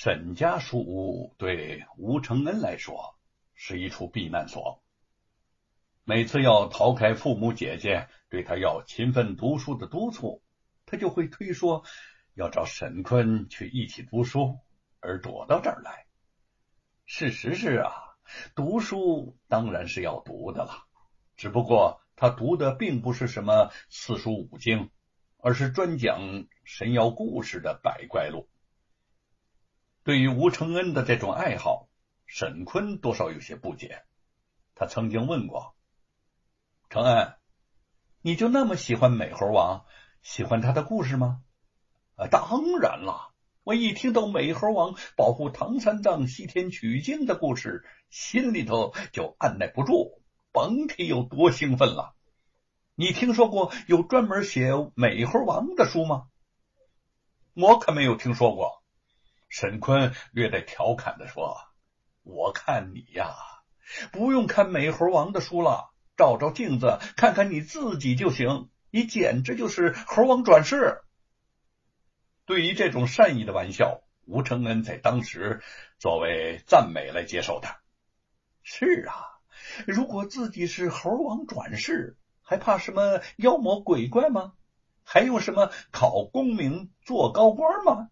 沈家书屋对吴承恩来说是一处避难所。每次要逃开父母姐姐对他要勤奋读书的督促，他就会推说要找沈坤去一起读书，而躲到这儿来。事实是读书当然是要读的了，只不过他读的并不是什么四书五经，而是专讲神妖故事的百怪录。对于吴承恩的这种爱好，沈坤多少有些不解。他曾经问过承恩，你就那么喜欢美猴王，喜欢他的故事吗？当然了，我一听到美猴王保护唐三藏西天取经的故事，心里头就按耐不住，甭提有多兴奋了。你听说过有专门写美猴王的书吗？我可没有听说过。沈坤略带调侃地说，我看你不用看美猴王的书了，照照镜子看看你自己就行，你简直就是猴王转世。对于这种善意的玩笑，吴承恩在当时作为赞美来接受的。是如果自己是猴王转世，还怕什么妖魔鬼怪吗？还用什么考功名做高官吗？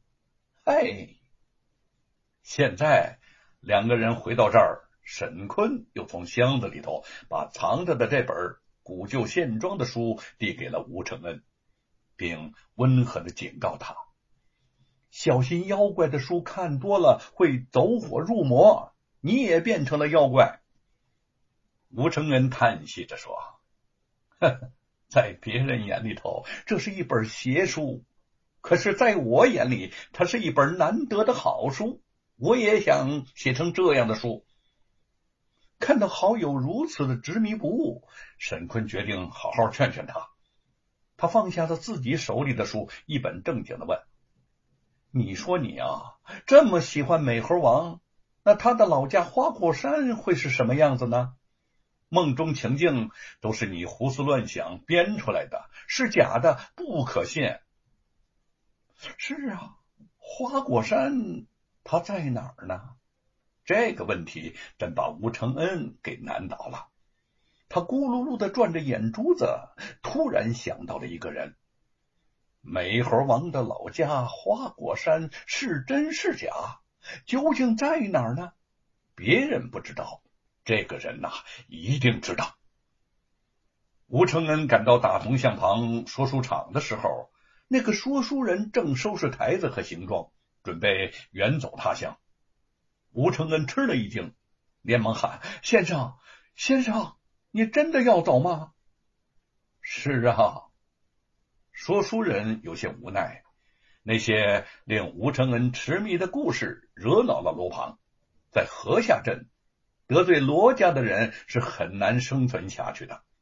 现在两个人回到这儿，沈坤又从箱子里头把藏着的这本古旧线装的书递给了吴承恩，并温和地警告他，小心妖怪的书看多了会走火入魔，你也变成了妖怪。吴承恩叹息着说，在别人眼里头这是一本邪书，可是在我眼里它是一本难得的好书，我也想写成这样的书。看到好友如此的执迷不悟，沈坤决定好好劝劝他。他放下了自己手里的书，一本正经地问，你说你这么喜欢美猴王，那他的老家花果山会是什么样子呢？梦中情境都是你胡思乱想编出来的，是假的，不可信。是花果山他在哪儿呢？这个问题真把吴承恩给难倒了。他咕噜噜地转着眼珠子，突然想到了一个人。美猴王的老家花果山是真是假？究竟在哪儿呢？别人不知道，这个人一定知道。吴承恩赶到大同巷旁说书场的时候，那个说书人正收拾台子和行装，准备远走他乡。吴承恩吃了一惊，连忙喊，先生，你真的要走吗？是说书人有些无奈，那些令吴承恩痴迷的故事惹恼了罗庞，在河下镇得罪罗家的人是很难生存下去的。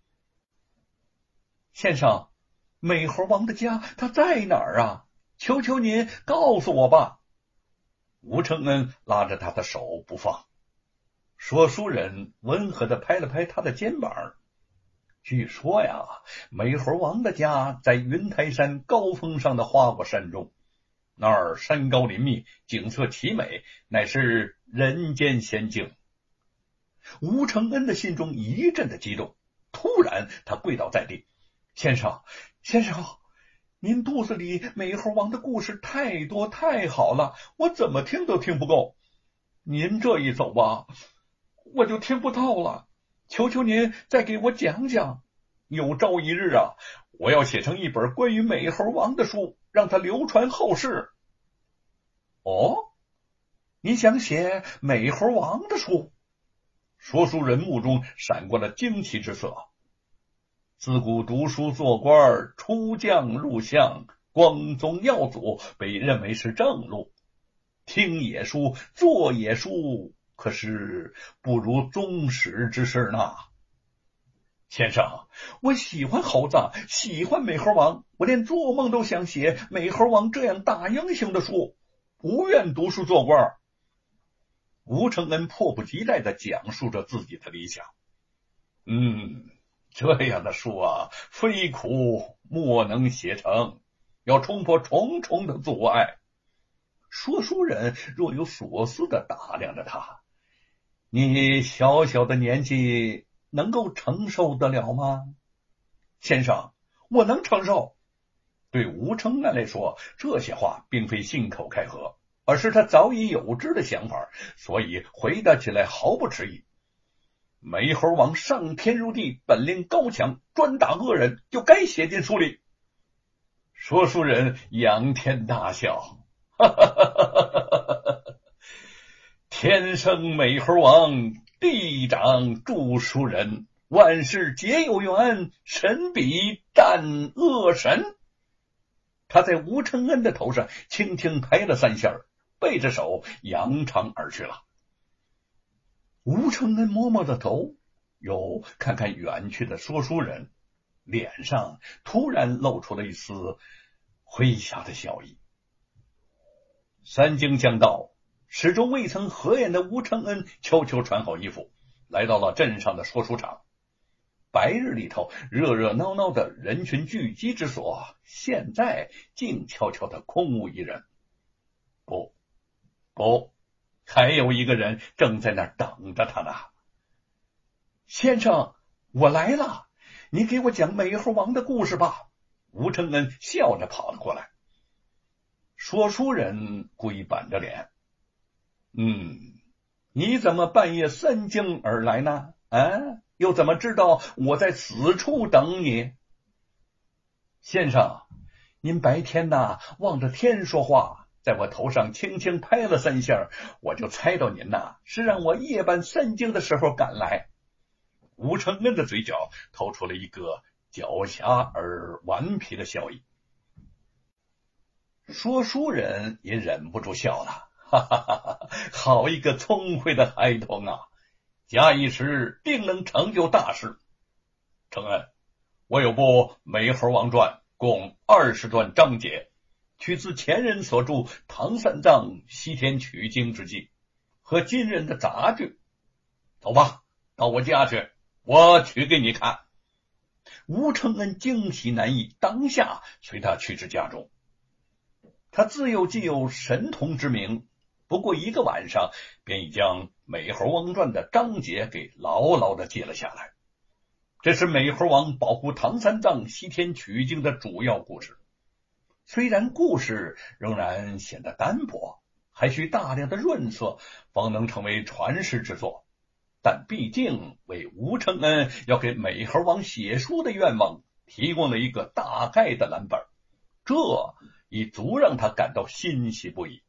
先生，美猴王的家他在哪儿求求您告诉我吧。吴承恩拉着他的手不放，说书人温和地拍了拍他的肩膀。据说美猴王的家在云台山高峰上的花果山中，那儿山高林密，景色奇美，乃是人间仙境。吴承恩的心中一阵的激动，突然他跪倒在地，先生，您肚子里美猴王的故事太多太好了，我怎么听都听不够，您这一走我就听不到了，求求您再给我讲讲。有朝一日我要写成一本关于美猴王的书，让它流传后世。你想写美猴王的书？说书人目中闪过了惊奇之色。自古读书做官，出将入相，光宗耀祖被认为是正路，听野书做野书可是不如宗室之事呢。先生，我喜欢猴子，喜欢美猴王，我连做梦都想写美猴王这样大英雄的书，不愿读书做官。吴承恩迫不及待地讲述着自己的理想。这样的书非苦莫能写成，要冲破重重的阻碍。 说书人若有所思地打量着他：“你小小的年纪能够承受得了吗？”“先生，我能承受。”对吴承恩来说，这些话并非信口开河，而是他早已有之的想法，所以回答起来毫不迟疑。美猴王上天入地，本领高强，专打恶人，就该写进书里。说书人仰天大笑：“哈哈哈哈哈！天生美猴王，地长著书人，万事皆有缘，神比战恶神。”他在吴承恩的头上轻轻拍了3下，背着手扬长而去了。吴承恩摸摸着头，又看看远去的说书人，脸上突然露出了一丝诙谐的笑意。3更将到，始终未曾合眼的吴承恩悄悄穿好衣服，来到了镇上的说书场。白日里头热热闹闹的人群聚集之所，现在静悄悄的空无一人。不，还有一个人正在那儿等着他呢。“先生，我来了，你给我讲美猴王的故事吧。”吴承恩笑着跑了过来。说书人故意板着脸：“你怎么半夜3更而来呢？又怎么知道我在此处等你？”“先生，您白天望着天说话，在我头上轻轻拍了3下，我就猜到您是让我夜半3更的时候赶来。”吴承恩的嘴角透出了一个狡黠而顽皮的笑意。说书人也忍不住笑了：“哈哈哈哈！好一个聪慧的孩童啊！假以时定能成就大事。承恩，我有部《美猴王传》，共20段章节，取自前人所著《唐三藏西天取经之记》和今人的杂剧。走吧，到我家去，我取给你看。”吴承恩惊喜难抑，当下随他去至家中。他自幼既有神童之名，不过1个晚上便已将《美猴王传》的章节给牢牢地记了下来。这是美猴王保护唐三藏西天取经的主要故事。虽然故事仍然显得单薄，还需大量的润色方能成为传世之作，但毕竟为吴承恩要给美猴王写书的愿望提供了一个大概的蓝本，这已足让他感到欣喜不已。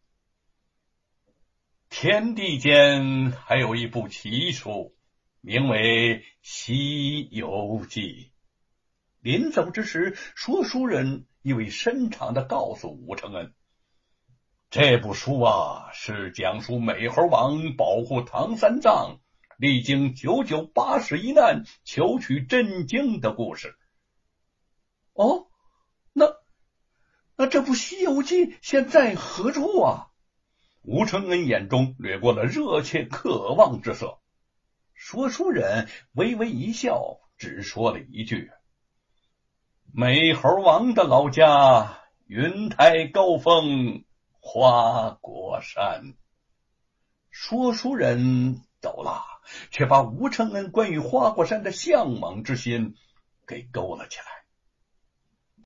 天地间还有一部奇书，名为《西游记》。临走之时，说书人意味深长地告诉吴承恩，这部书是讲述美猴王保护唐三藏历经9981难求取真经的故事。“哦，那这部《西游记》现在何处啊？”吴承恩眼中掠过了热切渴望之色。说书人微微一笑，只说了一句：“美猴王的老家云台高峰花果山。”说书人走了，却把吴承恩关于花果山的向往之心给勾了起来。